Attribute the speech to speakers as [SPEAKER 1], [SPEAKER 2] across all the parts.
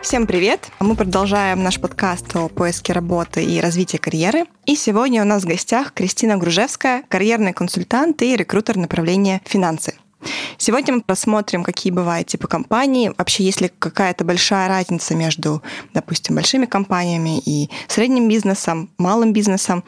[SPEAKER 1] Всем привет! Мы продолжаем наш подкаст о поиске работы и развитии карьеры. И сегодня у нас в гостях Кристина Гружевская, карьерный консультант и рекрутер направления «Финансы». Сегодня мы посмотрим, какие бывают типы компаний, вообще есть ли какая-то большая разница между, допустим, большими компаниями и средним бизнесом, малым бизнесом,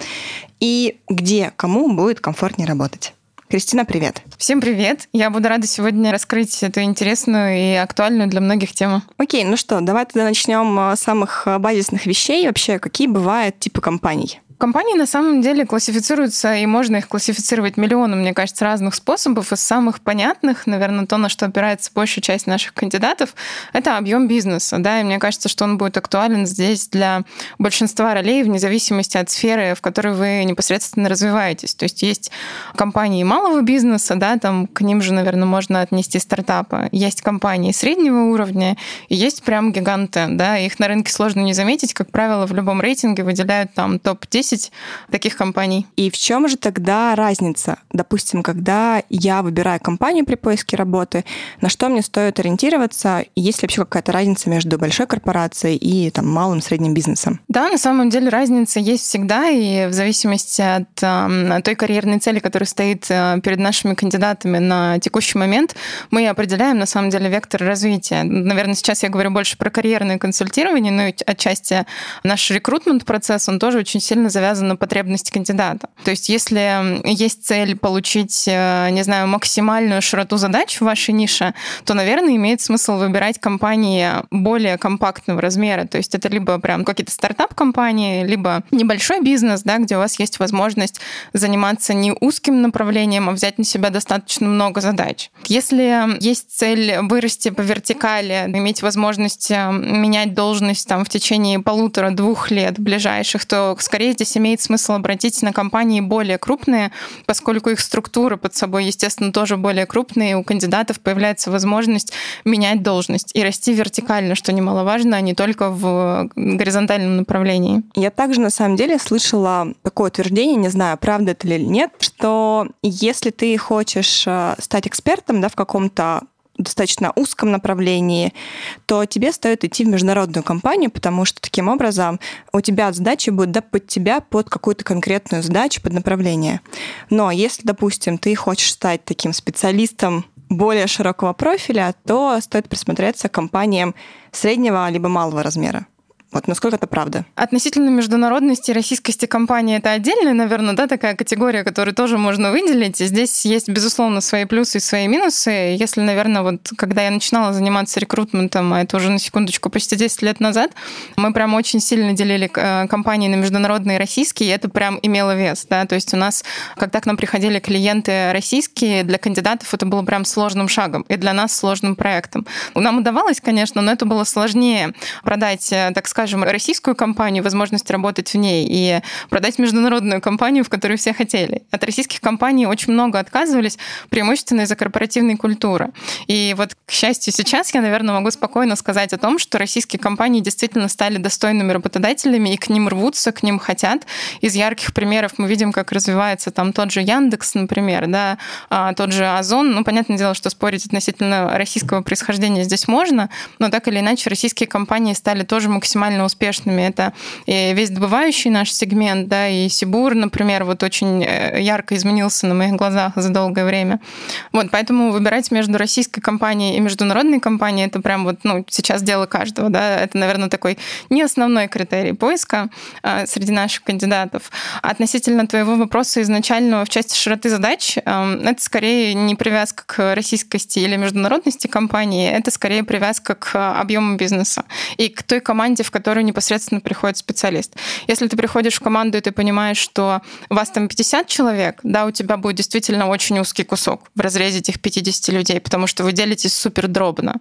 [SPEAKER 1] и где кому будет комфортнее работать. Кристина, привет.
[SPEAKER 2] Всем привет. Я буду рада сегодня раскрыть эту интересную и актуальную для многих тему.
[SPEAKER 1] Окей, ну что, давай тогда начнем с самых базисных вещей. Вообще, какие бывают типы компаний?
[SPEAKER 2] Компании на самом деле классифицируются, и можно их классифицировать миллионом, мне кажется, разных способов. Из самых понятных, наверное, то, на что опирается большая часть наших кандидатов, это объем бизнеса. Да? И мне кажется, что он будет актуален здесь для большинства ролей, вне зависимости от сферы, в которой вы непосредственно развиваетесь. То есть есть компании малого бизнеса, да, там к ним же, наверное, можно отнести стартапы. Есть компании среднего уровня, и есть прям гиганты. Да? Их на рынке сложно не заметить. Как правило, в любом рейтинге выделяют там топ-10 таких компаний.
[SPEAKER 1] И в чем же тогда разница? Допустим, когда я выбираю компанию при поиске работы, на что мне стоит ориентироваться? Есть ли вообще какая-то разница между большой корпорацией и там, малым, средним бизнесом?
[SPEAKER 2] Да, на самом деле разница есть всегда, и в зависимости от той карьерной цели, которая стоит перед нашими кандидатами на текущий момент, мы определяем на самом деле вектор развития. Наверное, сейчас я говорю больше про карьерное консультирование, но и отчасти наш рекрутмент-процесс, он тоже очень сильно завязан на потребности кандидата. То есть если есть цель получить, не знаю, максимальную широту задач в вашей нише, то, наверное, имеет смысл выбирать компании более компактного размера. То есть это либо прям какие-то стартап-компании, либо небольшой бизнес, да, где у вас есть возможность заниматься не узким направлением, а взять на себя достаточно много задач. Если есть цель вырасти по вертикали, иметь возможность менять должность там, в течение 1,5-2 лет ближайших, то скорее здесь имеет смысл обратить на компании более крупные, поскольку их структуры под собой, естественно, тоже более крупные, у кандидатов появляется возможность менять должность и расти вертикально, что немаловажно, а не только в горизонтальном направлении.
[SPEAKER 1] Я также, на самом деле, слышала такое утверждение, не знаю, правда это или нет, что если ты хочешь стать экспертом, да, в каком-то достаточно узком направлении, то тебе стоит идти в международную компанию, потому что таким образом у тебя задачи будут под тебя, под какую-то конкретную задачу, под направление. Но если, допустим, ты хочешь стать таким специалистом более широкого профиля, то стоит присмотреться к компаниям среднего либо малого размера. Вот насколько это правда?
[SPEAKER 2] Относительно международности и российскости компании это отдельная, наверное, да, такая категория, которую тоже можно выделить. И здесь есть, безусловно, свои плюсы и свои минусы. Если, наверное, вот когда я начинала заниматься рекрутментом, а это уже на секундочку почти 10 лет назад, мы прям очень сильно делили компании на международные и российские, и это прям имело вес. Да? То есть у нас, когда к нам приходили клиенты российские, для кандидатов это было прям сложным шагом, и для нас сложным проектом. Нам удавалось, конечно, но это было сложнее продать, так скажем, российскую компанию, возможность работать в ней, и продать международную компанию, в которую все хотели. От российских компаний очень много отказывались, преимущественно из-за корпоративной культуры. И вот, к счастью, сейчас я, наверное, могу спокойно сказать о том, что российские компании действительно стали достойными работодателями, и к ним рвутся, к ним хотят. Из ярких примеров мы видим, как развивается там тот же Яндекс, например, да, тот же Озон. Ну, понятное дело, что спорить относительно российского происхождения здесь можно, но так или иначе российские компании стали тоже максимально успешными. Это и весь добывающий наш сегмент, да, и Сибур, например, вот очень ярко изменился на моих глазах за долгое время. Вот, поэтому выбирать между российской компанией и международной компанией это прям вот, ну, сейчас дело каждого, да, это, наверное, такой не основной критерий поиска среди наших кандидатов. Относительно твоего вопроса изначального в части широты задач, это скорее не привязка к российскости или международности компании, это скорее привязка к объему бизнеса и к той команде, в которую непосредственно приходит специалист. Если ты приходишь в команду, и ты понимаешь, что у вас там 50 человек, да, у тебя будет действительно очень узкий кусок в разрезе этих 50 людей, потому что вы делитесь супер дробно.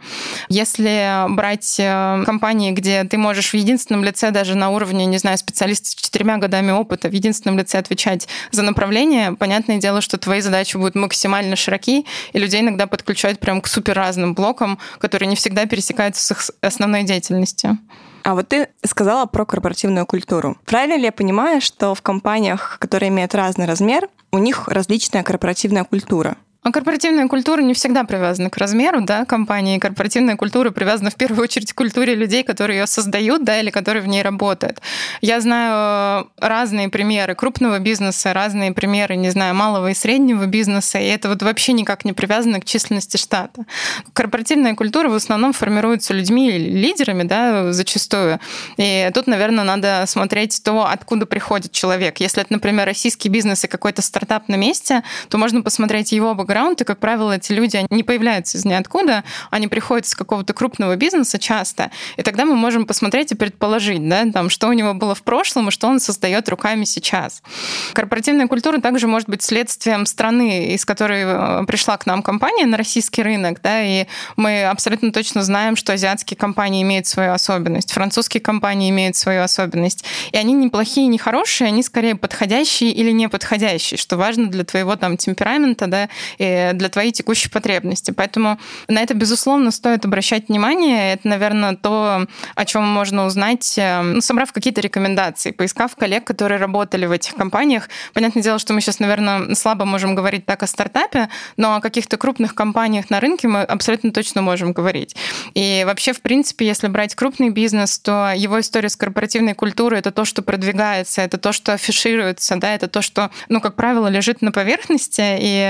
[SPEAKER 2] Если брать компании, где ты можешь в единственном лице, даже на уровне, не знаю, специалиста с 4 годами опыта, в единственном лице отвечать за направление, понятное дело, что твои задачи будут максимально широки, и людей иногда подключают прям к супер разным блокам, которые не всегда пересекаются с их основной деятельностью.
[SPEAKER 1] А вот ты сказала про корпоративную культуру. Правильно ли я понимаю, что в компаниях, которые имеют разный размер, у них различная корпоративная культура?
[SPEAKER 2] Но корпоративная культура не всегда привязана к размеру, да, компании. Корпоративная культура привязана в первую очередь к культуре людей, которые ее создают, да, или которые в ней работают. Я знаю разные примеры крупного бизнеса, разные примеры, не знаю, малого и среднего бизнеса, и это вот вообще никак не привязано к численности штата. Корпоративная культура в основном формируется людьми, лидерами, да, зачастую. И тут, наверное, надо смотреть то, откуда приходит человек. Если это, например, российский бизнес и какой-то стартап на месте, то можно посмотреть его бэкграунд, и, как правило, эти люди не появляются из ниоткуда, они приходят из какого-то крупного бизнеса часто, и тогда мы можем посмотреть и предположить, да, там, что у него было в прошлом и что он создает руками сейчас. Корпоративная культура также может быть следствием страны, из которой пришла к нам компания на российский рынок, да, и мы абсолютно точно знаем, что азиатские компании имеют свою особенность, французские компании имеют свою особенность, и они не плохие, не хорошие, они скорее подходящие или неподходящие, что важно для твоего там темперамента, да, и для твоей текущей потребности. Поэтому на это, безусловно, стоит обращать внимание. Это, наверное, то, о чем можно узнать, собрав какие-то рекомендации, поискав коллег, которые работали в этих компаниях. Понятное дело, что мы сейчас, наверное, слабо можем говорить так о стартапе, но о каких-то крупных компаниях на рынке мы абсолютно точно можем говорить. И вообще, в принципе, если брать крупный бизнес, то его история с корпоративной культурой — это то, что продвигается, это то, что афишируется, да, это то, что, как правило, лежит на поверхности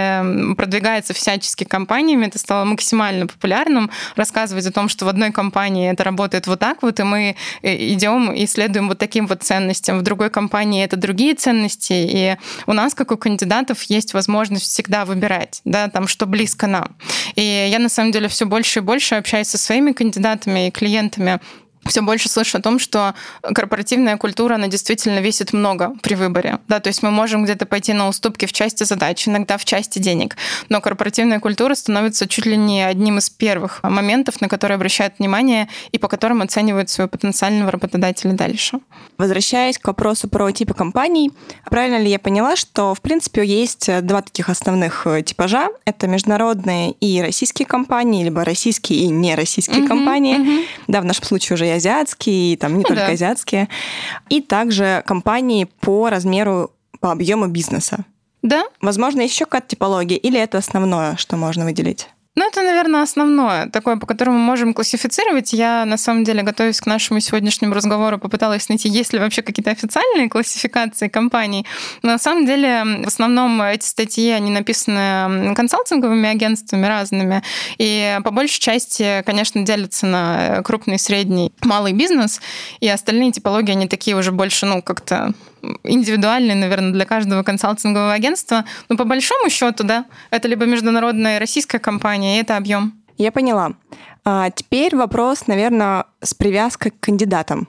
[SPEAKER 2] и продвигается всячески компаниями. Это стало максимально популярным. Рассказывать о том, что в одной компании это работает вот так вот, и мы идем и следуем вот таким вот ценностям. В другой компании это другие ценности. И у нас, как у кандидатов, есть возможность всегда выбирать, да, там, что близко нам. И я, на самом деле, все больше и больше общаюсь со своими кандидатами и клиентами, все больше слышу о том, что корпоративная культура, она действительно весит много при выборе. Да, то есть мы можем где-то пойти на уступки в части задач, иногда в части денег. Но корпоративная культура становится чуть ли не одним из первых моментов, на которые обращают внимание и по которым оценивают своего потенциального работодателя дальше.
[SPEAKER 1] Возвращаясь к вопросу про типы компаний, правильно ли я поняла, что, в принципе, есть два таких основных типажа? Это международные и российские компании, либо российские и нероссийские компании. Да, в нашем случае уже и азиатские, и там не только азиатские. И также компании по размеру, по объему бизнеса.
[SPEAKER 2] Да.
[SPEAKER 1] Возможно, еще какая-то типология, или это основное, что можно выделить?
[SPEAKER 2] Это, наверное, основное, такое, по которому мы можем классифицировать. Я, на самом деле, готовясь к нашему сегодняшнему разговору, попыталась найти, есть ли вообще какие-то официальные классификации компаний. Но на самом деле, в основном эти статьи, они написаны консалтинговыми агентствами разными. И по большей части, конечно, делятся на крупный, средний, малый бизнес. И остальные типологии, они такие уже больше, как-то индивидуальные, наверное, для каждого консалтингового агентства. Но по большому счету, да, это либо международная российская компания, и это объем.
[SPEAKER 1] Я поняла. А теперь вопрос, наверное, с привязкой к кандидатам.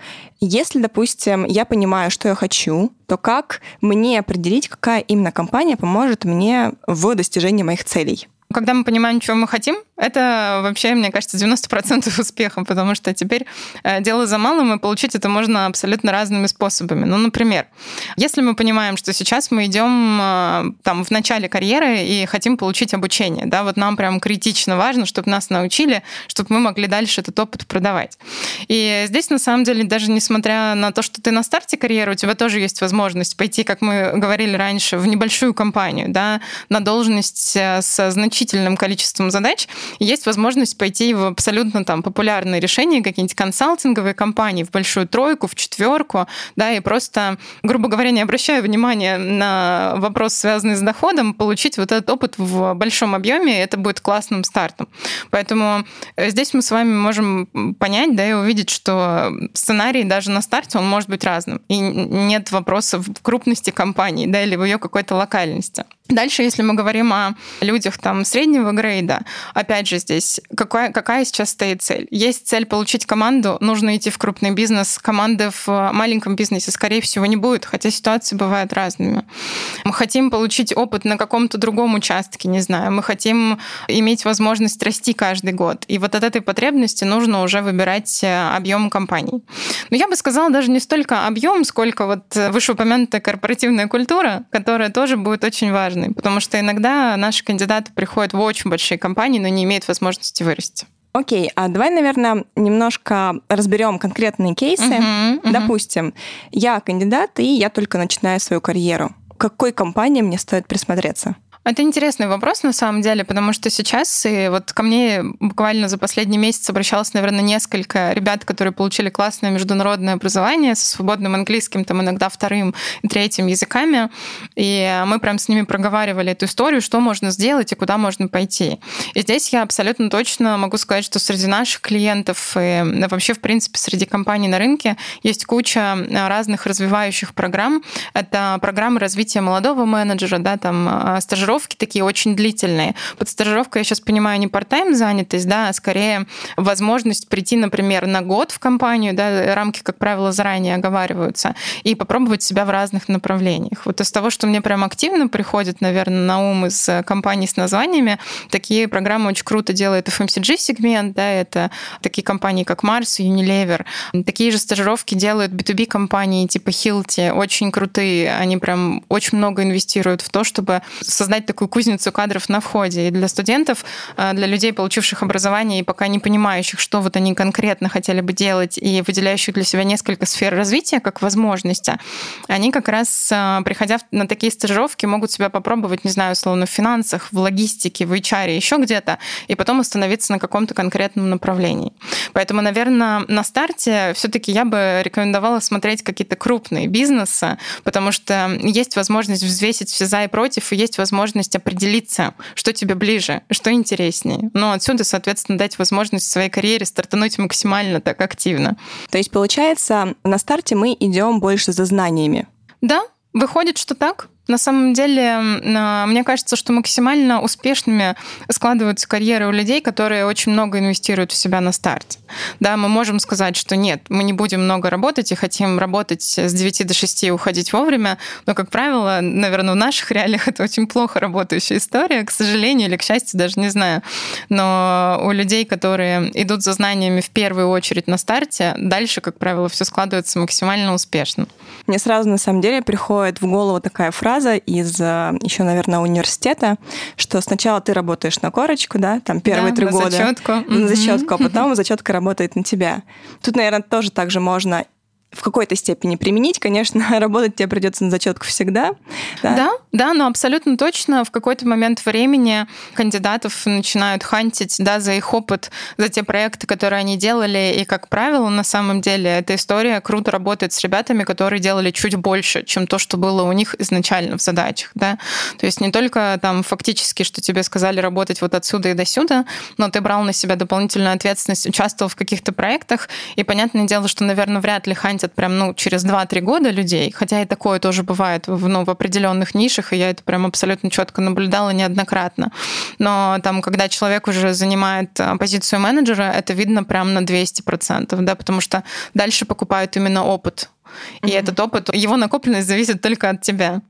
[SPEAKER 1] Если, допустим, я понимаю, что я хочу, то как мне определить, какая именно компания поможет мне в достижении моих целей?
[SPEAKER 2] Когда мы понимаем, чего мы хотим, это вообще, мне кажется, 90% успеха, потому что теперь дело за малым, и получить это можно абсолютно разными способами. Например, если мы понимаем, что сейчас мы идем там в начале карьеры и хотим получить обучение, да, вот нам прям критично важно, чтобы нас научили, чтобы мы могли дальше этот опыт продавать. И здесь, на самом деле, даже несмотря на то, что ты на старте карьеры, у тебя тоже есть возможность пойти, как мы говорили раньше, в небольшую компанию, да, на должность со значительным количеством задач, есть возможность пойти в абсолютно там популярные решения, какие-нибудь консалтинговые компании, в большую тройку, в четверку, да, и просто, грубо говоря, не обращая внимания на вопрос, связанный с доходом, получить вот этот опыт в большом объеме, это будет классным стартом. Поэтому здесь мы с вами можем понять, да, и увидеть, что сценарий даже на старте, он может быть разным. И нет вопроса в крупности компании, да, или в ее какой-то локальности. Дальше, если мы говорим о людях там среднего грейда, опять же здесь какая сейчас стоит цель? Есть цель получить команду, нужно идти в крупный бизнес. Команды в маленьком бизнесе, скорее всего, не будет, хотя ситуации бывают разными. Мы хотим получить опыт на каком-то другом участке, не знаю. Мы хотим иметь возможность расти каждый год. И вот от этой потребности нужно уже выбирать объем компаний. Но я бы сказала, даже не столько объем, сколько вот вышеупомянутая корпоративная культура, которая тоже будет очень важной. Потому что иногда наши кандидаты приходят в очень большие компании, но не имеют возможности вырасти.
[SPEAKER 1] Окей, а давай, наверное, немножко разберем конкретные кейсы. Допустим, я кандидат, и я только начинаю свою карьеру. К какой компании мне стоит присмотреться?
[SPEAKER 2] Это интересный вопрос, на самом деле, потому что сейчас, и вот ко мне буквально за последний месяц обращалось, наверное, несколько ребят, которые получили классное международное образование со свободным английским, там иногда вторым и третьим языками, и мы прям с ними проговаривали эту историю, что можно сделать и куда можно пойти. И здесь я абсолютно точно могу сказать, что среди наших клиентов и вообще, в принципе, среди компаний на рынке есть куча разных развивающих программ. Это программы развития молодого менеджера, да, там стажировки такие очень длительные. Под стажировкой, я сейчас понимаю, не part-time занятость, да, а скорее возможность прийти, например, на год в компанию, да, рамки, как правило, заранее оговариваются, и попробовать себя в разных направлениях. Вот из того, что мне прям активно приходит, наверное, на ум из компаний с названиями, такие программы очень круто делает FMCG-сегмент, да, это такие компании, как Mars, Unilever. Такие же стажировки делают B2B-компании типа Hilti, очень крутые, они прям очень много инвестируют в то, чтобы создать такую кузницу кадров на входе. И для студентов, для людей, получивших образование и пока не понимающих, что вот они конкретно хотели бы делать, и выделяющих для себя несколько сфер развития как возможности, они как раз, приходя на такие стажировки, могут себя попробовать, не знаю, условно, в финансах, в логистике, в HR, еще где-то, и потом остановиться на каком-то конкретном направлении. Поэтому, наверное, на старте все-таки я бы рекомендовала смотреть какие-то крупные бизнесы, потому что есть возможность взвесить все за и против, и есть возможность определиться, что тебе ближе, что интереснее. Но отсюда, соответственно, дать возможность в своей карьере стартануть максимально так активно.
[SPEAKER 1] То есть, получается, на старте мы идем больше за знаниями.
[SPEAKER 2] Да, выходит, что так. На самом деле, мне кажется, что максимально успешными складываются карьеры у людей, которые очень много инвестируют в себя на старте. Да, мы можем сказать, что нет, мы не будем много работать и хотим работать с 9 до 6 и уходить вовремя, но, как правило, наверное, в наших реалиях это очень плохо работающая история, к сожалению или к счастью, даже не знаю. Но у людей, которые идут за знаниями в первую очередь на старте, дальше, как правило, все складывается максимально успешно.
[SPEAKER 1] Мне сразу, на самом деле, приходит в голову такая фраза из еще, наверное, университета, что сначала ты работаешь на корочку, да, там первые 3 года. На зачетку, а потом зачетка работает на тебя. Тут, наверное, тоже так же можно в какой-то степени применить. Конечно, работать тебе придется на зачетку всегда.
[SPEAKER 2] Да, но абсолютно точно в какой-то момент времени кандидатов начинают хантить, да, за их опыт, за те проекты, которые они делали. И, как правило, на самом деле эта история круто работает с ребятами, которые делали чуть больше, чем то, что было у них изначально в задачах. Да? То есть не только там фактически, что тебе сказали работать вот отсюда и до сюда, но ты брал на себя дополнительную ответственность, участвовал в каких-то проектах. И понятное дело, что, наверное, вряд ли хантить прям, через 2-3 года людей, хотя и такое тоже бывает в определенных нишах, и я это прям абсолютно четко наблюдала неоднократно. Но там, когда человек уже занимает позицию менеджера, это видно прям на 200%, да, потому что дальше покупают именно опыт. И этот опыт, его накопленность зависит только от тебя.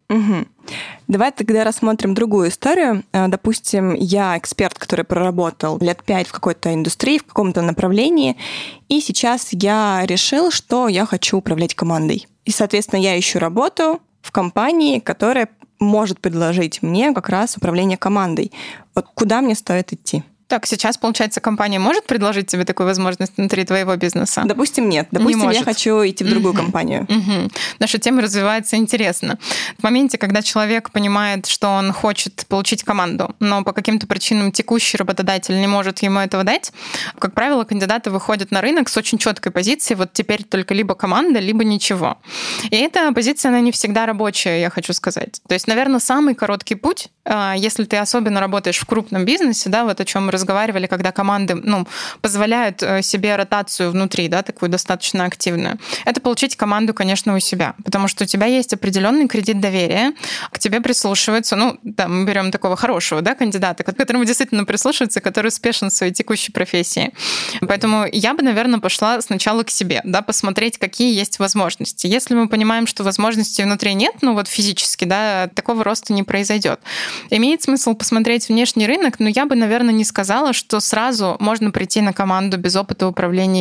[SPEAKER 1] Давай тогда рассмотрим другую историю. Допустим, я эксперт, который проработал лет 5 в какой-то индустрии, в каком-то направлении, и сейчас я решил, что я хочу управлять командой. И, соответственно, я ищу работу в компании, которая может предложить мне как раз управление командой. Вот куда мне стоит идти?
[SPEAKER 2] Так, сейчас, получается, компания может предложить тебе такую возможность внутри твоего бизнеса?
[SPEAKER 1] Допустим, нет. Допустим, я хочу идти в другую компанию.
[SPEAKER 2] Наша тема развивается интересно. В моменте, когда человек понимает, что он хочет получить команду, но по каким-то причинам текущий работодатель не может ему этого дать, как правило, кандидаты выходят на рынок с очень четкой позицией, вот теперь только либо команда, либо ничего. И эта позиция, она не всегда рабочая, я хочу сказать. То есть, наверное, самый короткий путь, если ты особенно работаешь в крупном бизнесе, да, вот о чем мы разговаривали, когда команды позволяют себе ротацию внутри, да, такую достаточно активную, это получить команду, конечно, у себя, потому что у тебя есть определенный кредит доверия, к тебе прислушиваются, мы берем такого хорошего, да, кандидата, к которому действительно прислушиваются, который успешен в своей текущей профессии. Поэтому я бы, наверное, пошла сначала к себе, да, посмотреть, какие есть возможности. Если мы понимаем, что возможностей внутри нет, физически, да, такого роста не произойдет. Имеет смысл посмотреть внешний рынок, но я бы, наверное, не сказала, что сразу можно прийти на команду без опыта управления ей.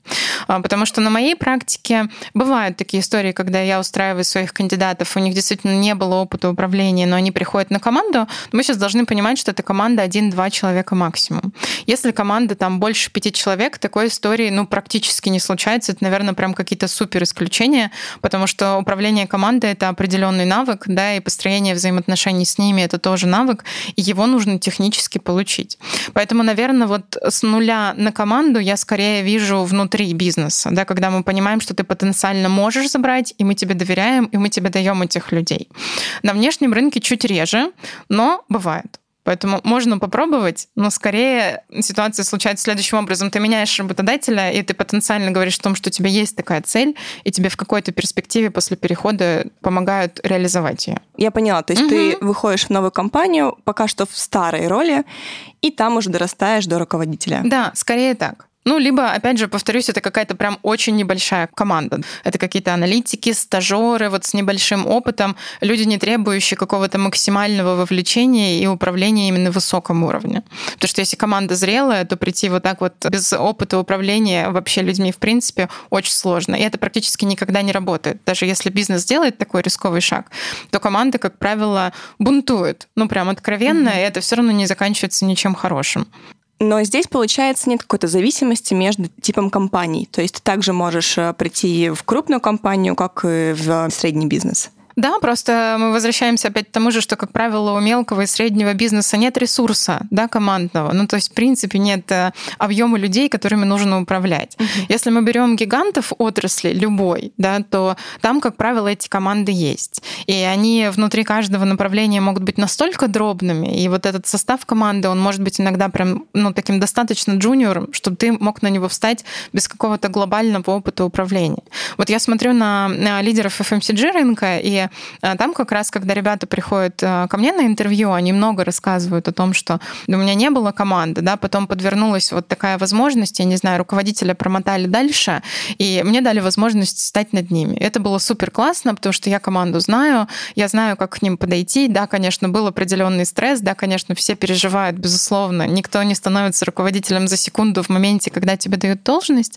[SPEAKER 2] Потому что на моей практике бывают такие истории, когда я устраиваю своих кандидатов, у них действительно не было опыта управления, но они приходят на команду. Мы сейчас должны понимать, что это команда 1-2 человека максимум. Если команда там больше 5 человек, такой истории практически не случается. Это, наверное, прям какие-то супер исключения, потому что управление командой — это определенный навык, да, и построение взаимоотношений с ними — это тоже навык, и его нужно технически получить. Поэтому, наверное, вот с нуля на команду я скорее вижу внутри бизнеса, да, когда мы понимаем, что ты потенциально можешь забрать, и мы тебе доверяем, и мы тебе даем этих людей. На внешнем рынке чуть реже, но бывает. Поэтому можно попробовать, но скорее ситуация случается следующим образом. Ты меняешь работодателя, и ты потенциально говоришь о том, что у тебя есть такая цель, и тебе в какой-то перспективе после перехода помогают реализовать ее.
[SPEAKER 1] Я поняла. То есть ты выходишь в новую компанию, пока что в старой роли, и там уже дорастаешь до руководителя.
[SPEAKER 2] Да, скорее так. Либо, опять же, повторюсь, это какая-то прям очень небольшая команда. Это какие-то аналитики, стажеры вот с небольшим опытом, люди, не требующие какого-то максимального вовлечения и управления именно в высоком уровне. Потому что если команда зрелая, то прийти вот так вот без опыта управления вообще людьми, в принципе, очень сложно. И это практически никогда не работает. Даже если бизнес делает такой рисковый шаг, то команда, как правило, бунтует. Прям откровенно, и это все равно не заканчивается ничем хорошим.
[SPEAKER 1] Но здесь, получается, нет какой-то зависимости между типом компаний. То есть ты также можешь прийти в крупную компанию, как и в средний бизнес.
[SPEAKER 2] Да, просто мы возвращаемся опять к тому же, что, как правило, у мелкого и среднего бизнеса нет ресурса, да, командного. То есть, в принципе, нет объема людей, которыми нужно управлять. Если мы берем гигантов отрасли любой, да, то там, как правило, эти команды есть. И они внутри каждого направления могут быть настолько дробными, и вот этот состав команды, он может быть иногда прям, таким достаточно джуниором, чтобы ты мог на него встать без какого-то глобального опыта управления. Вот я смотрю на лидеров FMCG рынка, и там как раз, когда ребята приходят ко мне на интервью, они много рассказывают о том, что у меня не было команды, да, потом подвернулась вот такая возможность, я не знаю, руководителя промотали дальше, и мне дали возможность стать над ними. Это было супер классно, потому что я команду знаю, я знаю, как к ним подойти. Да, конечно, был определенный стресс, да, конечно, все переживают, безусловно. Никто не становится руководителем за секунду в моменте, когда тебе дают должность,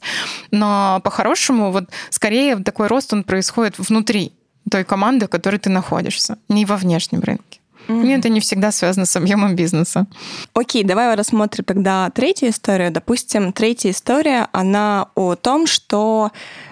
[SPEAKER 2] но по-хорошему вот скорее такой рост, он происходит внутри той команды, в которой ты находишься, не во внешнем рынке. И это не всегда связано с объемом бизнеса.
[SPEAKER 1] Окей, давай рассмотрим тогда третью историю. Допустим, третья история, она о том, что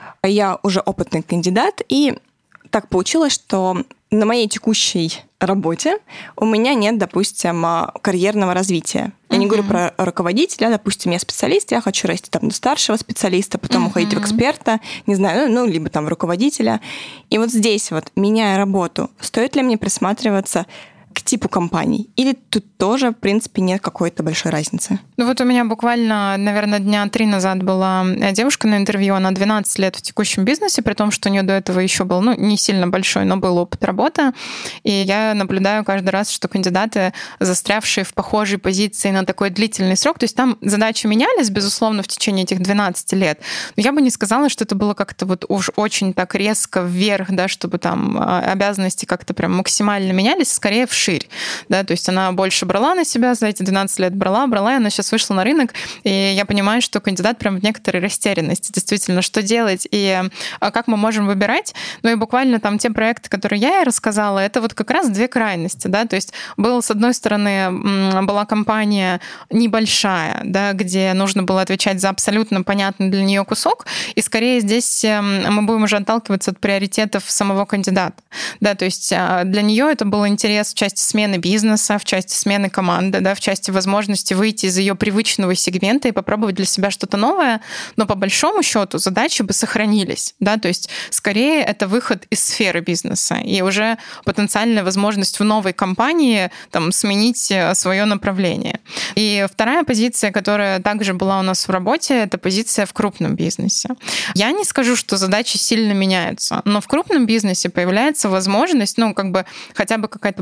[SPEAKER 1] я уже опытный кандидат, и так получилось, что на моей текущей работе у меня нет, допустим, карьерного развития. Я не говорю про руководителя, допустим, я специалист, я хочу расти там до старшего специалиста, потом уходить в эксперта, не знаю, либо там в руководителя. И вот здесь вот, меняя работу, стоит ли мне присматриваться к типу компаний? Или тут тоже, в принципе, нет какой-то большой разницы?
[SPEAKER 2] Вот у меня буквально, наверное, дня 3 назад была девушка на интервью, она 12 лет в текущем бизнесе, при том, что у нее до этого еще был, не сильно большой, но был опыт работы. И я наблюдаю каждый раз, что кандидаты, застрявшие в похожей позиции на такой длительный срок, то есть там задачи менялись, безусловно, в течение этих 12 лет, но я бы не сказала, что это было как-то вот уж очень так резко вверх, да, чтобы там обязанности как-то прям максимально менялись, скорее вширь. Да, то есть она больше брала на себя, за эти 12 лет брала, и она сейчас вышла на рынок, и я понимаю, что кандидат прям в некоторой растерянности, действительно, что делать и как мы можем выбирать. И буквально там те проекты, которые я ей рассказала, это вот как раз две крайности, да, то есть был, с одной стороны, была компания небольшая, да, где нужно было отвечать за абсолютно понятный для нее кусок, и скорее здесь мы будем уже отталкиваться от приоритетов самого кандидата, да, то есть для нее это был интерес в части смены бизнеса, в части смены команды, да, в части возможности выйти из ее привычного сегмента и попробовать для себя что-то новое, но по большому счету задачи бы сохранились, да, то есть скорее это выход из сферы бизнеса и уже потенциальная возможность в новой компании там сменить свое направление. И вторая позиция, которая также была у нас в работе, это позиция в крупном бизнесе. Я не скажу, что задачи сильно меняются, но в крупном бизнесе появляется возможность, хотя бы какая-то прозрачность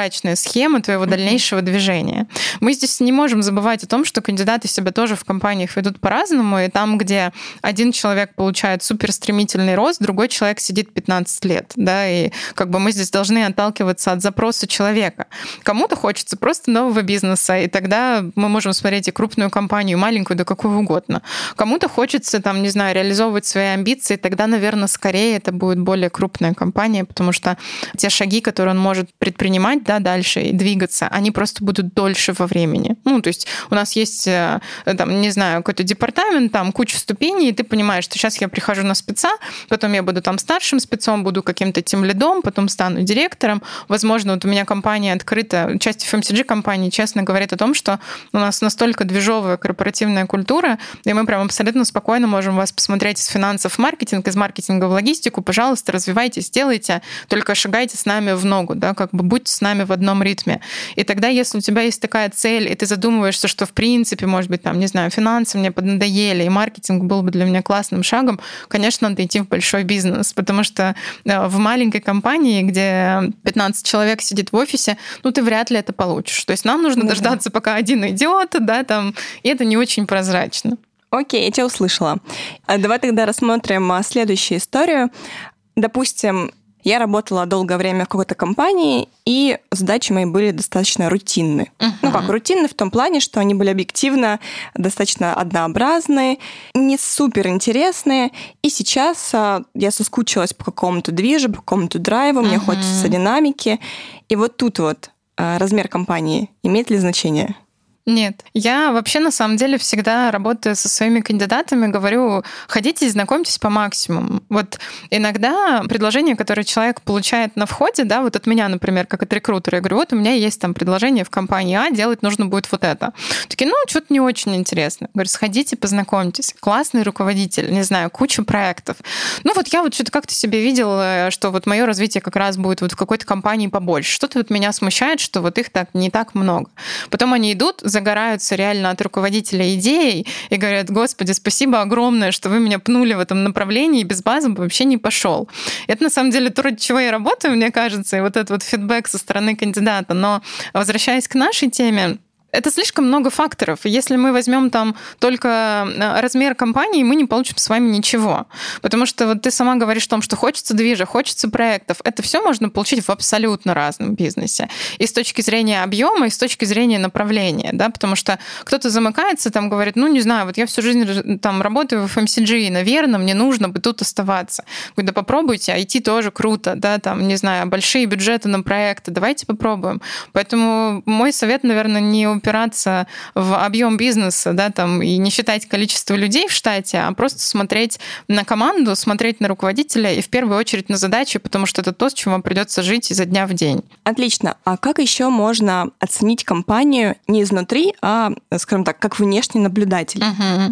[SPEAKER 2] прозрачная схема твоего дальнейшего движения. Мы здесь не можем забывать о том, что кандидаты себя тоже в компаниях ведут по-разному, и там, где один человек получает суперстремительный рост, другой человек сидит 15 лет, да, и как бы мы здесь должны отталкиваться от запроса человека. Кому-то хочется просто нового бизнеса, и тогда мы можем смотреть и крупную компанию, и маленькую, да какую угодно. Кому-то хочется, там, не знаю, реализовывать свои амбиции, тогда, наверное, скорее это будет более крупная компания, потому что те шаги, которые он может предпринимать, да, дальше и двигаться, они просто будут дольше во времени. Ну, то есть у нас есть, там, не знаю, какой-то департамент, там куча ступеней, и ты понимаешь, что сейчас я прихожу на спеца, потом я буду там старшим спецом, буду каким-то тимлидом, потом стану директором. Возможно, вот у меня компания открыта, часть FMCG компании честно говорит о том, что у нас настолько движовая корпоративная культура, и мы прям абсолютно спокойно можем вас посмотреть из финансов в маркетинг, из маркетинга в логистику. Пожалуйста, развивайтесь, делайте, только шагайте с нами в ногу, да, как бы будьте с нами в одном ритме. И тогда, если у тебя есть такая цель, и ты задумываешься, что в принципе, может быть, там, не знаю, финансы мне поднадоели, и маркетинг был бы для меня классным шагом, конечно, надо идти в большой бизнес, потому что в маленькой компании, где 15 человек сидит в офисе, ну, ты вряд ли это получишь. То есть нам нужно дождаться, пока один идет, да, там, и это не очень прозрачно.
[SPEAKER 1] Окей, я тебя услышала. Давай тогда рассмотрим следующую историю. Допустим, я работала долгое время в какой-то компании, и задачи мои были достаточно рутинны. Ну как, рутинны в том плане, что они были объективно достаточно однообразные, не супер интересные. И сейчас я соскучилась по какому-то движу, по какому-то драйву, мне хочется динамики. И вот тут вот размер компании имеет ли значение?
[SPEAKER 2] Нет. Я вообще, на самом деле, всегда работаю со своими кандидатами, говорю, ходите и знакомьтесь по максимуму. Вот иногда предложение, которое человек получает на входе, да, вот от меня, например, как от рекрутера, я говорю, вот у меня есть там предложение в компании А, делать нужно будет вот это. Такие, ну, что-то не очень интересно. Говорю, сходите, познакомьтесь. Классный руководитель, не знаю, куча проектов. Ну, вот я вот что-то как-то себе видела, что вот мое развитие как раз будет вот в какой-то компании побольше. Что-то вот меня смущает, что вот их так не так много. Потом они идут, загораются реально от руководителя идеей и говорят, господи, спасибо огромное, что вы меня пнули в этом направлении, и без базы бы вообще не пошел. Это на самом деле то, ради чего я работаю, мне кажется, и вот этот вот фидбэк со стороны кандидата. Но возвращаясь к нашей теме, это слишком много факторов. Если мы возьмем там только размер компании, мы не получим с вами ничего. Потому что вот ты сама говоришь о том, что хочется движа, хочется проектов. Это все можно получить в абсолютно разном бизнесе. И с точки зрения объема, и с точки зрения направления. Да? Потому что кто-то замыкается, там говорит, ну, не знаю, вот я всю жизнь там работаю в FMCG, и, наверное, мне нужно бы тут оставаться. Говорю, да попробуйте, IT тоже круто, да, там, не знаю, большие бюджеты на проекты, давайте попробуем. Поэтому мой совет, наверное, не упираться в объем бизнеса, да, там, и не считать количество людей в штате, а просто смотреть на команду, смотреть на руководителя и в первую очередь на задачи, потому что это то, с чем вам придется жить изо дня в день.
[SPEAKER 1] Отлично. А как еще можно оценить компанию не изнутри, а, скажем так, как внешний наблюдатель?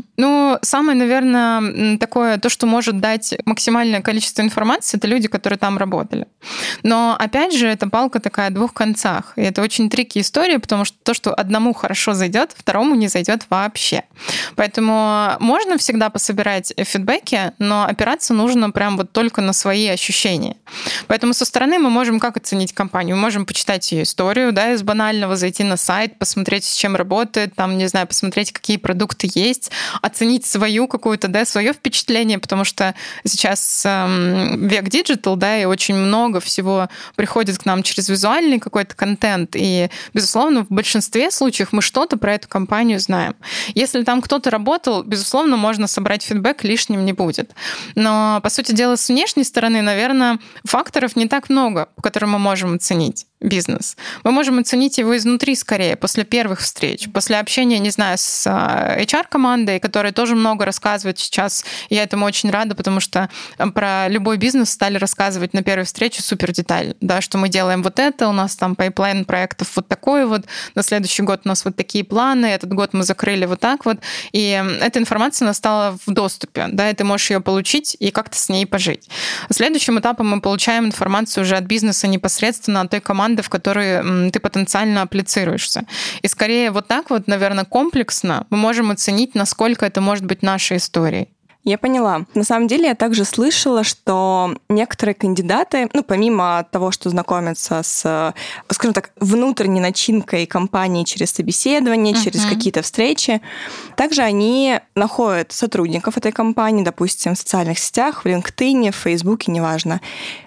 [SPEAKER 2] Ну, самое, наверное, такое, то, что может дать максимальное количество информации, это люди, которые там работали. Но, опять же, это палка такая о двух концах. И это очень трики история, потому что то, что одному хорошо зайдет, второму не зайдет вообще. Поэтому можно всегда пособирать фидбэки, но опираться нужно прям вот только на свои ощущения. Поэтому со стороны мы можем как оценить компанию? Мы можем почитать ее историю, да, из банального, зайти на сайт, посмотреть, с чем работает, там, не знаю, посмотреть, какие продукты есть, оценить свою какую-то, да, свое впечатление, потому что сейчас век диджитал, да, и очень много всего приходит к нам через визуальный какой-то контент, и, безусловно, в большинстве случаев мы что-то про эту компанию знаем. Если там кто-то работал, безусловно, можно собрать фидбэк, лишним не будет. Но, по сути дела, с внешней стороны, наверное, факторов не так много, по которым мы можем оценить бизнес. Мы можем оценить его изнутри скорее, после первых встреч, после общения, не знаю, с HR-командой, которая тоже много рассказывает сейчас. Я этому очень рада, потому что про любой бизнес стали рассказывать на первой встрече супер детально, да, что мы делаем вот это, у нас там пайплайн проектов вот такой вот, на следующий год у нас вот такие планы, этот год мы закрыли вот так вот, и эта информация она стала в доступе, да, и ты можешь ее получить и как-то с ней пожить. Следующим этапом мы получаем информацию уже от бизнеса непосредственно, от той команды, в которые ты потенциально апплицируешься. И скорее вот так вот, наверное, комплексно мы можем оценить, насколько это может быть нашей историей.
[SPEAKER 1] Я поняла. На самом деле я также слышала, что некоторые кандидаты, помимо того, что знакомятся с, скажем так, внутренней начинкой компании через собеседование, через какие-то встречи, также они находят сотрудников этой компании, допустим, в социальных сетях, в LinkedIn, в Фейсбуке, неважно,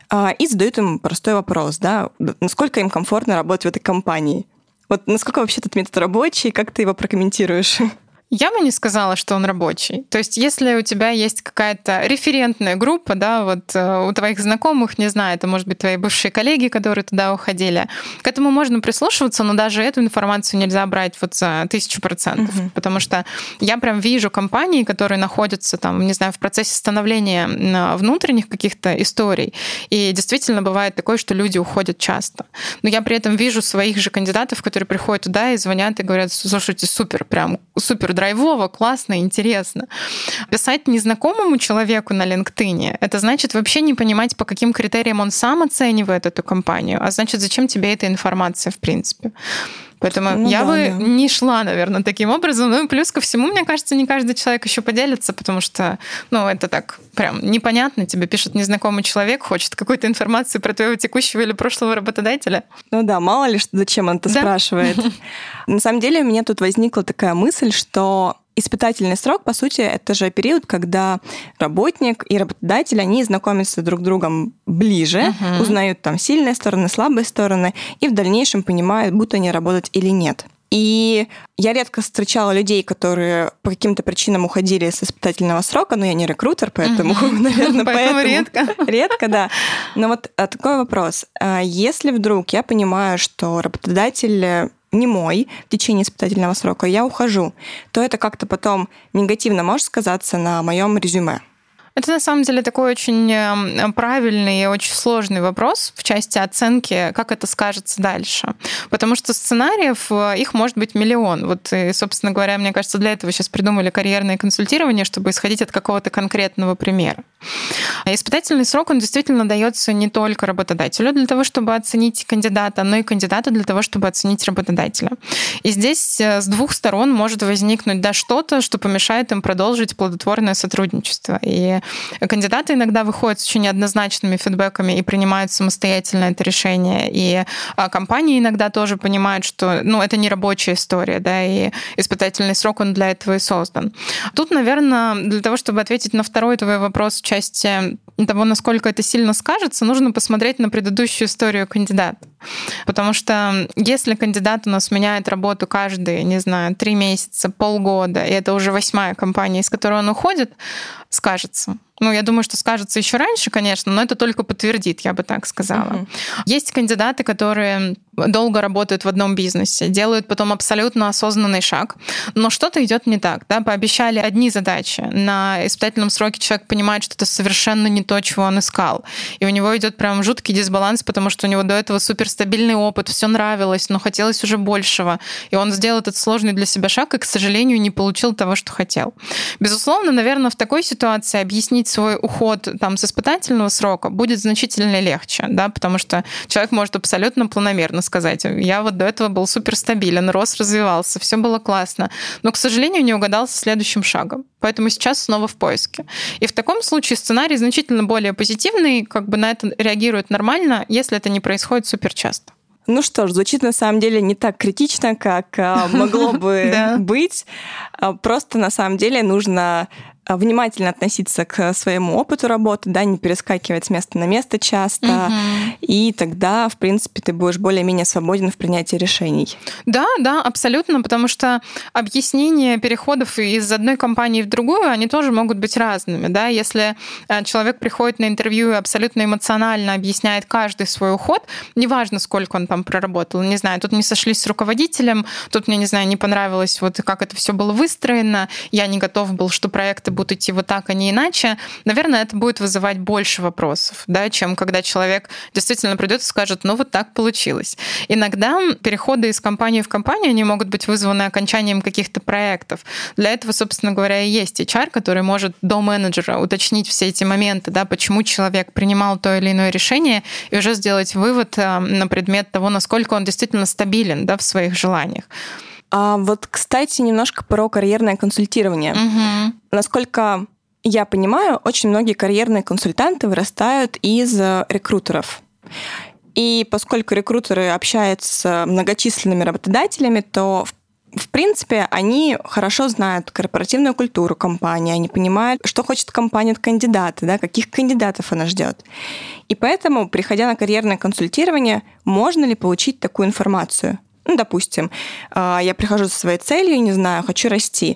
[SPEAKER 1] и задают им простой вопрос, да, насколько им комфортно работать в этой компании. Вот насколько вообще этот метод рабочий, как ты его прокомментируешь?
[SPEAKER 2] Я бы не сказала, что он рабочий. То есть если у тебя есть какая-то референтная группа, да, вот у твоих знакомых, не знаю, это может быть твои бывшие коллеги, которые туда уходили, к этому можно прислушиваться, но даже эту информацию нельзя брать вот за 1000%, потому что я прям вижу компании, которые находятся там, не знаю, в процессе становления внутренних каких-то историй, и действительно бывает такое, что люди уходят часто. Но я при этом вижу своих же кандидатов, которые приходят туда и звонят и говорят: слушайте, супер, прям супер драйвово, классно, интересно. Писать незнакомому человеку на LinkedIn — это значит вообще не понимать, по каким критериям он сам оценивает эту компанию, а значит, зачем тебе эта информация в принципе. Поэтому я бы не шла, наверное, таким образом. Ну и плюс ко всему, мне кажется, не каждый человек еще поделится, потому что, это так прям непонятно. Тебе пишет незнакомый человек, хочет какой-то информации про твоего текущего или прошлого работодателя.
[SPEAKER 1] Мало ли, зачем он это спрашивает. На самом деле у меня тут возникла такая мысль, что испытательный срок, по сути, это же период, когда работник и работодатель, они знакомятся друг с другом ближе, узнают там сильные стороны, слабые стороны, и в дальнейшем понимают, будут они работать или нет. И я редко встречала людей, которые по каким-то причинам уходили с испытательного срока, но я не рекрутер, поэтому, наверное,
[SPEAKER 2] поэтому редко.
[SPEAKER 1] Редко, да. Но вот такой вопрос. Если вдруг я понимаю, что работодатель не мой в течение испытательного срока, я ухожу, то это как-то потом негативно может сказаться на моем резюме?
[SPEAKER 2] Это на самом деле такой очень правильный и очень сложный вопрос в части оценки, как это скажется дальше. Потому что сценариев, их может быть миллион. Вот, и, собственно говоря, мне кажется, для этого сейчас придумали карьерное консультирование, чтобы исходить от какого-то конкретного примера. Испытательный срок, он действительно дается не только работодателю для того, чтобы оценить кандидата, но и кандидату для того, чтобы оценить работодателя. И здесь с двух сторон может возникнуть что-то, что помешает им продолжить плодотворное сотрудничество. И кандидаты иногда выходят с очень неоднозначными фидбэками и принимают самостоятельно это решение. И компании иногда тоже понимают, что это не рабочая история, да, и испытательный срок, он для этого и создан. Тут, наверное, для того, чтобы ответить на второй твой вопрос в части того, насколько это сильно скажется, нужно посмотреть на предыдущую историю кандидата. Потому что если кандидат у нас меняет работу каждые, 3 месяца, полгода, и это уже 8-я компания, из которой он уходит, скажется. Я думаю, что скажется еще раньше, конечно, но это только подтвердит, я бы так сказала. Есть кандидаты, которые долго работают в одном бизнесе, делают потом абсолютно осознанный шаг, но что-то идет не так. Да? Пообещали одни задачи. На испытательном сроке человек понимает, что это совершенно не то, чего он искал. И у него идет прям жуткий дисбаланс, потому что у него до этого суперстабильный опыт, все нравилось, но хотелось уже большего. И он сделал этот сложный для себя шаг и, к сожалению, не получил того, что хотел. Безусловно, наверное, в такой ситуации объяснить свой уход с испытательного срока будет значительно легче, да, потому что человек может абсолютно планомерно сказать: я вот до этого был суперстабилен, рос, развивался, все было классно, но, к сожалению, не угадал со следующим шагом. Поэтому сейчас снова в поиске. И в таком случае сценарий значительно более позитивный, на это реагирует нормально, если это не происходит суперчасто.
[SPEAKER 1] Ну что ж, звучит на самом деле не так критично, как могло бы быть. Просто на самом деле нужно внимательно относиться к своему опыту работы, да, не перескакивать с места на место часто, и тогда, в принципе, ты будешь более-менее свободен в принятии решений.
[SPEAKER 2] Да, абсолютно, потому что объяснения переходов из одной компании в другую, они тоже могут быть разными, да, если человек приходит на интервью и абсолютно эмоционально объясняет каждый свой уход, неважно, сколько он там проработал, не знаю, тут не сошлись с руководителем, тут мне, не понравилось, как это все было выстроено, я не готов был, что проекты будут идти вот так, а не иначе, наверное, это будет вызывать больше вопросов, да, чем когда человек действительно придет и скажет: вот так получилось. Иногда переходы из компании в компанию, они могут быть вызваны окончанием каких-то проектов. Для этого, собственно говоря, и есть HR, который может до менеджера уточнить все эти моменты, да, почему человек принимал то или иное решение, и уже сделать вывод на предмет того, насколько он действительно стабилен, да, в своих желаниях.
[SPEAKER 1] А вот, кстати, немножко про карьерное консультирование. Насколько я понимаю, очень многие карьерные консультанты вырастают из рекрутеров. И поскольку рекрутеры общаются с многочисленными работодателями, то в принципе, они хорошо знают корпоративную культуру компании, они понимают, что хочет компания от кандидата, да, каких кандидатов она ждет. И поэтому, приходя на карьерное консультирование, можно ли получить такую информацию? Ну, допустим, я прихожу со своей целью, не знаю, хочу расти,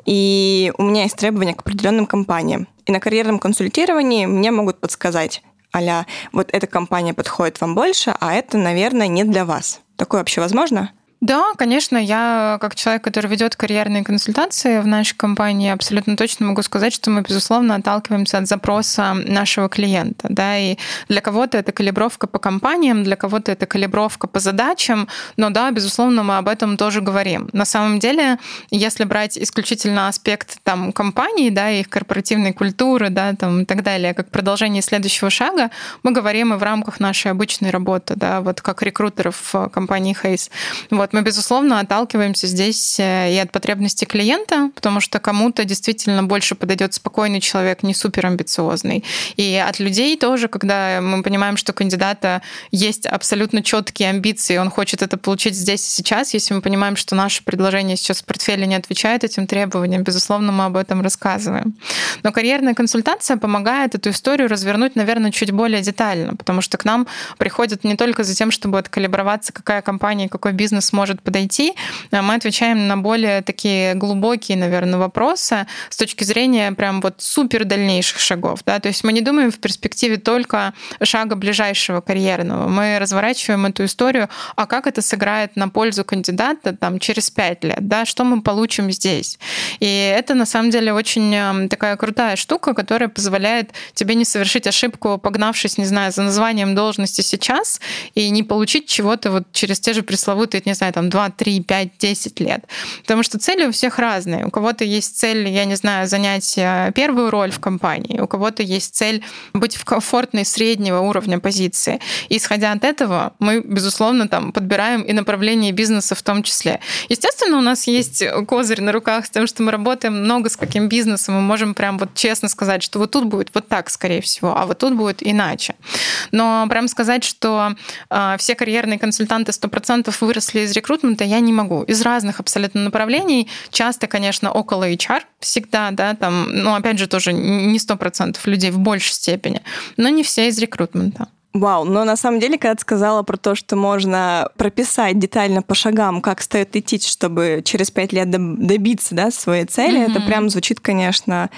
[SPEAKER 1] и у меня есть требования к определенным компаниям. И на карьерном консультировании мне могут подсказать, а-ля, вот эта компания подходит вам больше, а это, наверное, не для вас. Такое вообще возможно?
[SPEAKER 2] Да, конечно, я как человек, который ведет карьерные консультации в нашей компании, абсолютно точно могу сказать, что мы, безусловно, отталкиваемся от запроса нашего клиента. Да, и для кого-то это калибровка по компаниям, для кого-то это калибровка по задачам, но да, безусловно, мы об этом тоже говорим. На самом деле, если брать исключительно аспект там, компании, да, их корпоративной культуры, да, там, и так далее, как продолжение следующего шага, мы говорим и в рамках нашей обычной работы, да, вот как рекрутеров в компании Hays. Вот, мы, безусловно, отталкиваемся здесь и от потребностей клиента, потому что кому-то действительно больше подойдет спокойный человек, не суперамбициозный. И от людей тоже, когда мы понимаем, что у кандидата есть абсолютно четкие амбиции, он хочет это получить здесь и сейчас, если мы понимаем, что наше предложение сейчас в портфеле не отвечает этим требованиям, безусловно, мы об этом рассказываем. Но карьерная консультация помогает эту историю развернуть, наверное, чуть более детально, потому что к нам приходят не только за тем, чтобы откалиброваться, какая компания, какой бизнес может подойти, мы отвечаем на более такие глубокие, наверное, вопросы с точки зрения прям вот супер дальнейших шагов. Да? То есть мы не думаем в перспективе только шага ближайшего карьерного. Мы разворачиваем эту историю, а как это сыграет на пользу кандидата там, через 5 лет, да? Что мы получим здесь. И это на самом деле очень такая крутая штука, которая позволяет тебе не совершить ошибку, погнавшись, не знаю, за названием должности сейчас и не получить чего-то вот через те же пресловутые, не знаю, там 2, 3, 5, 10 лет. Потому что цели у всех разные. У кого-то есть цель, я не знаю, занять первую роль в компании, у кого-то есть цель быть в комфортной среднего уровня позиции. И исходя от этого, мы, безусловно, там подбираем и направление бизнеса в том числе. Естественно, у нас есть козырь на руках с тем, что мы работаем много с каким бизнесом, мы можем прям вот честно сказать, что вот тут будет вот так, скорее всего, а вот тут будет иначе. Но прям сказать, что все карьерные консультанты 100% выросли из рекрутмента, я не могу. Из разных абсолютно направлений. Часто, конечно, около HR всегда, да, там, ну, опять же, тоже не 100% людей в большей степени, но не все из рекрутмента.
[SPEAKER 1] Вау, но на самом деле, когда ты сказала про то, что можно прописать детально по шагам, как стоит идти, чтобы через 5 лет добиться, да, своей цели, это прям звучит, конечно,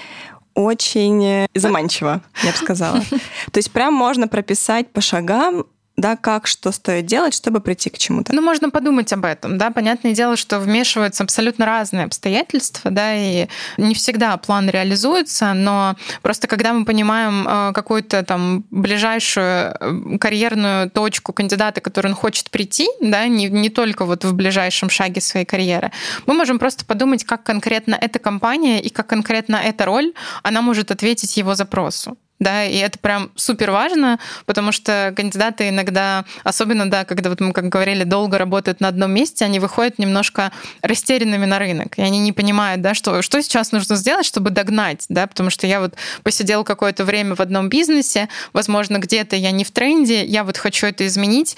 [SPEAKER 1] очень заманчиво, я бы сказала. То есть прям можно прописать по шагам, да, как, что стоит делать, чтобы прийти к чему-то.
[SPEAKER 2] Ну, можно подумать об этом, да. Понятное дело, что вмешиваются абсолютно разные обстоятельства, да, и не всегда план реализуется, но просто когда мы понимаем какую-то там ближайшую карьерную точку кандидата, к которой он хочет прийти, да, не только вот в ближайшем шаге своей карьеры, мы можем просто подумать, как конкретно эта компания и как конкретно эта роль, она может ответить его запросу. Да, и это прям супер важно, потому что кандидаты иногда, особенно, да, когда вот мы, как говорили, долго работают на одном месте, они выходят немножко растерянными на рынок, и они не понимают, да, что сейчас нужно сделать, чтобы догнать, да, потому что я вот посидел какое-то время в одном бизнесе, возможно, где-то я не в тренде, я вот хочу это изменить,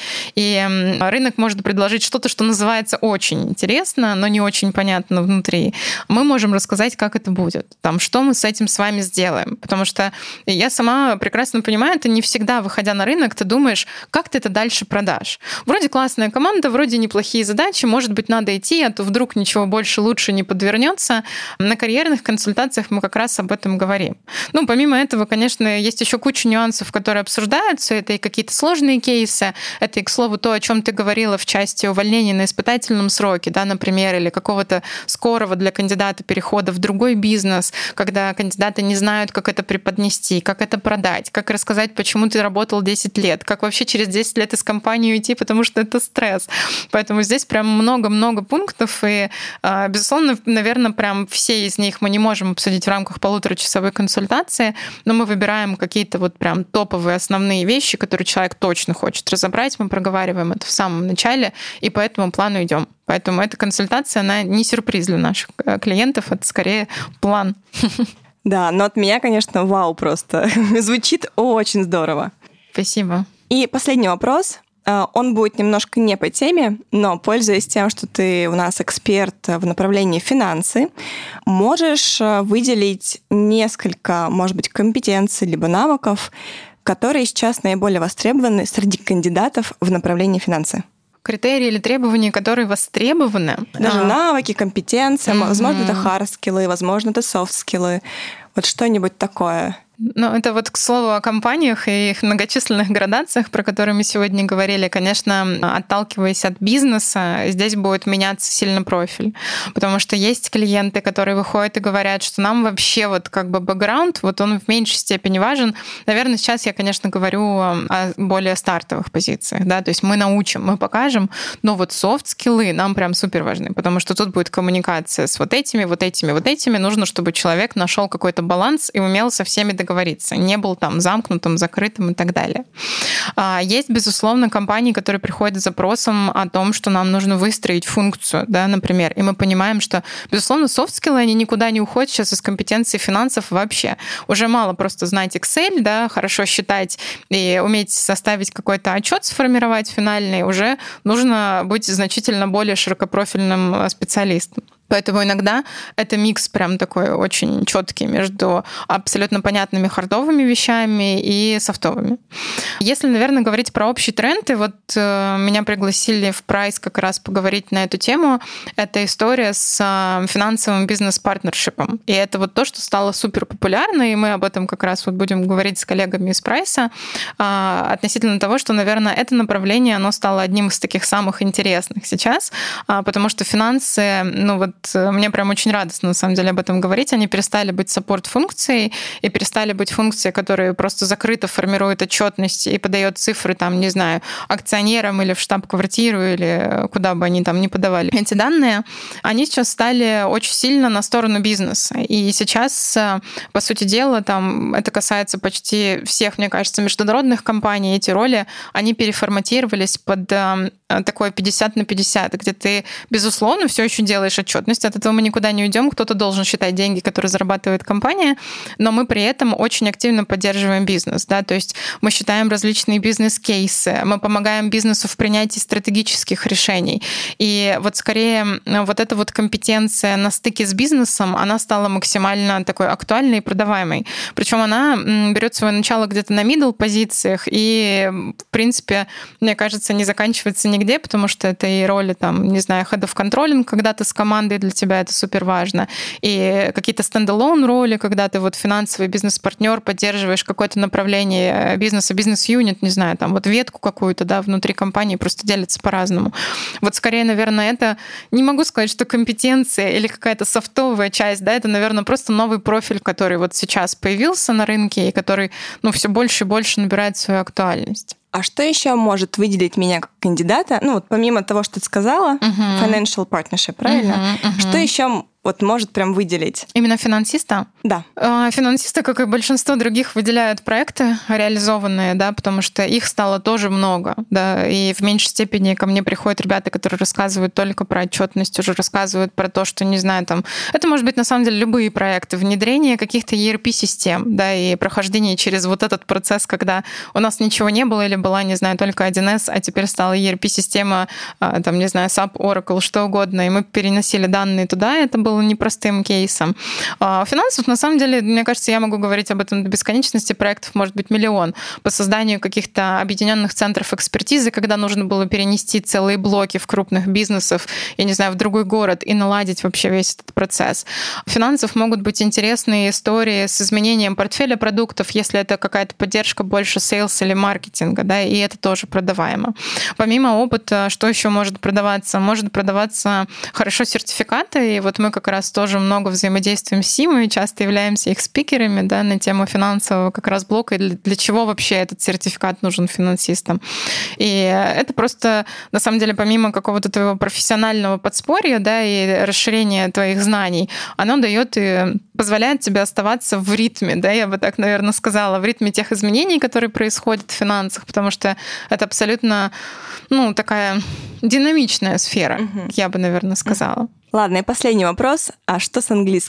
[SPEAKER 2] и рынок может предложить что-то, что называется очень интересно, но не очень понятно внутри. Мы можем рассказать, как это будет, там, что мы с этим с вами сделаем, потому что я сама прекрасно понимаю, ты не всегда, выходя на рынок, ты думаешь, как ты это дальше продашь. Вроде классная команда, вроде неплохие задачи, может быть, надо идти, а то вдруг ничего больше лучше не подвернется. На карьерных консультациях мы как раз об этом говорим. Ну, помимо этого, конечно, есть еще куча нюансов, которые обсуждаются. Это и какие-то сложные кейсы, это и, к слову, то, о чем ты говорила в части увольнения на испытательном сроке, да, например, или какого-то скорого для кандидата перехода в другой бизнес, когда кандидаты не знают, как это преподнести, как это продать, как рассказать, почему ты работал 10 лет, как вообще через 10 лет из компании уйти, потому что это стресс. Поэтому здесь прям много-много пунктов, и, безусловно, наверное, прям все из них мы не можем обсудить в рамках полуторачасовой консультации, но мы выбираем какие-то вот прям топовые основные вещи, которые человек точно хочет разобрать, мы проговариваем это в самом начале, и по этому плану идем. Поэтому эта консультация, она не сюрприз для наших клиентов, это скорее план.
[SPEAKER 1] Да, но от меня, конечно, вау просто. Звучит очень здорово.
[SPEAKER 2] Спасибо.
[SPEAKER 1] И последний вопрос. Он будет немножко не по теме, но, пользуясь тем, что ты у нас эксперт в направлении финансы, можешь выделить несколько, может быть, компетенций либо навыков, которые сейчас наиболее востребованы среди кандидатов в направлении финансы?
[SPEAKER 2] Критерии или требования, которые востребованы?
[SPEAKER 1] Даже навыки, компетенции. Возможно, это hard-скиллы, возможно, это soft-скиллы. Вот что-нибудь такое.
[SPEAKER 2] Ну, это вот к слову о компаниях и их многочисленных градациях, про которые мы сегодня говорили. Конечно, отталкиваясь от бизнеса, здесь будет меняться сильно профиль. Потому что есть клиенты, которые выходят и говорят, что нам вообще вот как бы бэкграунд, вот он в меньшей степени важен. Наверное, сейчас я, конечно, говорю о более стартовых позициях, да, то есть мы научим, мы покажем, но вот софт-скиллы нам прям супер важны, потому что тут будет коммуникация с вот этими. Нужно, чтобы человек нашел какой-то баланс и умел со всеми договориться, не был там замкнутым, закрытым и так далее. Есть, безусловно, компании, которые приходят с запросом о том, что нам нужно выстроить функцию, да, например, и мы понимаем, что, безусловно, софт-скиллы, они никуда не уходят сейчас из компетенции финансов вообще. Уже мало просто знать Excel, да, хорошо считать и уметь составить какой-то отчет, сформировать финальный, уже нужно быть значительно более широкопрофильным специалистом. Поэтому иногда это микс прям такой очень четкий между абсолютно понятными хардовыми вещами и софтовыми. Если, наверное, говорить про общий тренд, и вот меня пригласили в Прайс как раз поговорить на эту тему, это история с финансовым бизнес-партнершипом. И это вот то, что стало супер популярно, и мы об этом как раз вот будем говорить с коллегами из Прайса относительно того, что, наверное, это направление, оно стало одним из таких самых интересных сейчас, потому что финансы, ну вот мне прям очень радостно, на самом деле, об этом говорить. Они перестали быть саппорт-функцией и перестали быть функцией, которая просто закрыто формирует отчетность и подает цифры, там, не знаю, акционерам или в штаб-квартиру, или куда бы они там ни подавали эти данные. Они сейчас стали очень сильно на сторону бизнеса. И сейчас, по сути дела, там, это касается почти всех, мне кажется, международных компаний. Эти роли, они переформатировались под такое 50 на 50, где ты, безусловно, все еще делаешь отчетность. От этого мы никуда не уйдем. Кто-то должен считать деньги, которые зарабатывает компания, но мы при этом очень активно поддерживаем бизнес. Да? То есть мы считаем различные бизнес-кейсы, мы помогаем бизнесу в принятии стратегических решений. И вот скорее вот эта вот компетенция на стыке с бизнесом, она стала максимально такой актуальной и продаваемой. Причем она берет свое начало где-то на middle позициях и, в принципе, мне кажется, не заканчивается нигде, потому что это и роли, там, не знаю, head of controlling, когда ты с командой, для тебя это супер важно. И какие-то стендалон роли, когда ты вот финансовый бизнес-партнер, поддерживаешь какое-то направление бизнеса, бизнес-юнит, не знаю, там вот ветку какую-то, да, внутри компании просто делятся по-разному. Вот скорее, наверное, это, не могу сказать, что компетенция или какая-то софтовая часть, да, это, наверное, просто новый профиль, который вот сейчас появился на рынке и который, ну, все больше и больше набирает свою актуальность.
[SPEAKER 1] А что еще может выделить меня как кандидата? Ну, вот помимо того, что ты сказала, financial partnership, правильно? Что еще вот может прям выделить?
[SPEAKER 2] Именно финансиста?
[SPEAKER 1] Да.
[SPEAKER 2] Финансисты, как и большинство других, выделяют проекты реализованные, да, потому что их стало тоже много, да, и в меньшей степени ко мне приходят ребята, которые рассказывают только про отчетность, уже рассказывают про то, что, не знаю, там, это может быть на самом деле любые проекты, внедрение каких-то ERP-систем, да, и прохождение через вот этот процесс, когда у нас ничего не было или была, не знаю, только 1С, а теперь стала ERP-система, там, не знаю, SAP, Oracle, что угодно, и мы переносили данные туда, это было непростым кейсом. Финансов, на самом деле, мне кажется, я могу говорить об этом до бесконечности, проектов может быть миллион по созданию каких-то объединенных центров экспертизы, когда нужно было перенести целые блоки в крупных бизнесов, я не знаю, в другой город и наладить вообще весь этот процесс. Финансов могут быть интересные истории с изменением портфеля продуктов, если это какая-то поддержка больше сейлс или маркетинга, да, и это тоже продаваемо. Помимо опыта, что еще может продаваться? Может продаваться хорошо сертификаты, и вот мы как раз тоже много взаимодействуем с СИМами, часто являемся их спикерами, да, на тему финансового как раз блока, и для чего вообще этот сертификат нужен финансистам. И это просто, на самом деле, помимо какого-то твоего профессионального подспорья, да, и расширения твоих знаний, оно дает и позволяет тебе оставаться в ритме, да, я бы так, наверное, сказала, в ритме тех изменений, которые происходят в финансах, потому что это абсолютно, ну, такая динамичная сфера, я бы, наверное, сказала.
[SPEAKER 1] Ладно, и последний вопрос. А что с английским?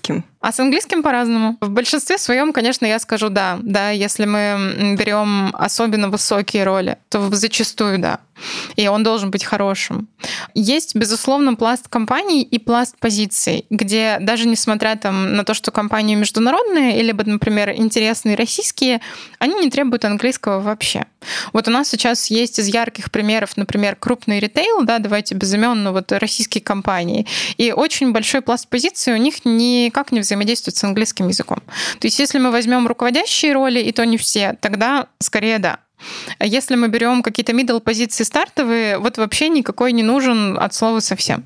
[SPEAKER 2] А с английским по-разному. В большинстве своем, конечно, я скажу да. Да, если мы берем особенно высокие роли, то зачастую да. И он должен быть хорошим. Есть, безусловно, пласт компаний и пласт позиций, где даже несмотря на то, что компании международные или, например, интересные российские, они не требуют английского вообще. Вот у нас сейчас есть из ярких примеров, например, крупный ритейл, да, давайте без имен, но вот российские компании, и очень большой пласт позиций у них никак не взаимодействует с английским языком. То есть если мы возьмем руководящие роли, и то не все, тогда скорее да. Если мы берем какие-то middle позиции стартовые, вот вообще никакой не нужен от слова совсем.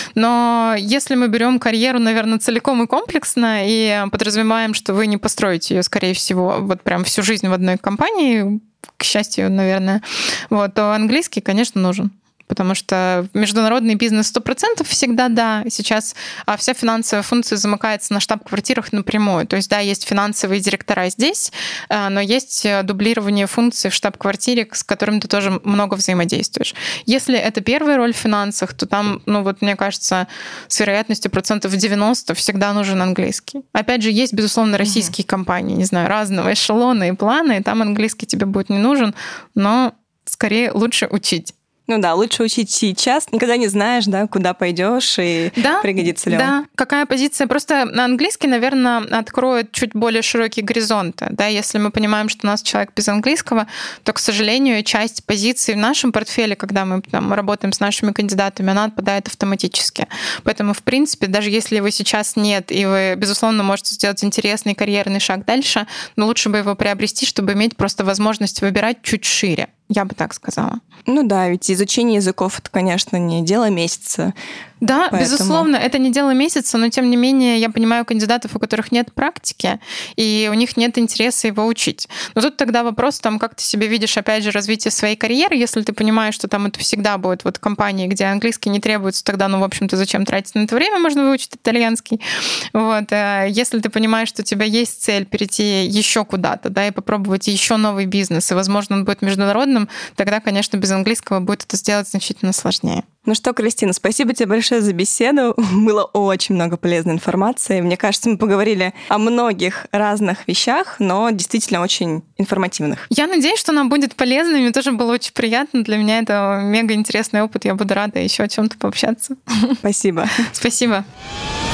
[SPEAKER 2] Но если мы берем карьеру, наверное, целиком и комплексно, и подразумеваем, что вы не построите ее, скорее всего, вот прям всю жизнь в одной компании, к счастью, наверное, вот, то английский, конечно, нужен. Потому что международный бизнес 100% всегда да. Сейчас вся финансовая функция замыкается на штаб-квартирах напрямую. То есть, да, есть финансовые директора здесь, но есть дублирование функций в штаб-квартире, с которым ты тоже много взаимодействуешь. Если это первая роль в финансах, то там, мне кажется, с вероятностью 90% всегда нужен английский. Опять же, есть, безусловно, российские компании, не знаю, разного эшелона и плана, и там английский тебе будет не нужен, но скорее лучше учить.
[SPEAKER 1] Лучше учить сейчас. Никогда не знаешь, да, куда пойдешь и пригодится ли он.
[SPEAKER 2] Да, какая позиция. Просто на английский, наверное, откроет чуть более широкие горизонты. Да, если мы понимаем, что у нас человек без английского, то, к сожалению, часть позиций в нашем портфеле, когда мы работаем с нашими кандидатами, она отпадает автоматически. Поэтому, в принципе, даже если его сейчас нет, и вы, безусловно, можете сделать интересный карьерный шаг дальше, но лучше бы его приобрести, чтобы иметь просто возможность выбирать чуть шире. Я бы так сказала.
[SPEAKER 1] Ведь изучение языков — это, конечно, не дело месяца.
[SPEAKER 2] Да, безусловно, это не дело месяца, но тем не менее я понимаю кандидатов, у которых нет практики, и у них нет интереса его учить. Но тут тогда вопрос, как ты себе видишь, опять же, развитие своей карьеры, если ты понимаешь, что там это всегда будет компании, где английский не требуется, тогда, в общем-то, зачем тратить на это время, можно выучить итальянский. Вот. Если ты понимаешь, что у тебя есть цель перейти еще куда-то, да, и попробовать еще новый бизнес, и, возможно, он будет международным, тогда, конечно, без английского будет это сделать значительно сложнее.
[SPEAKER 1] Ну что, Кристина, спасибо тебе большое за беседу. Было очень много полезной информации. Мне кажется, мы поговорили о многих разных вещах, но действительно очень информативных.
[SPEAKER 2] Я надеюсь, что нам будет полезно. Мне тоже было очень приятно. Для меня это мега интересный опыт. Я буду рада еще о чем-то пообщаться.
[SPEAKER 1] Спасибо.
[SPEAKER 2] Спасибо.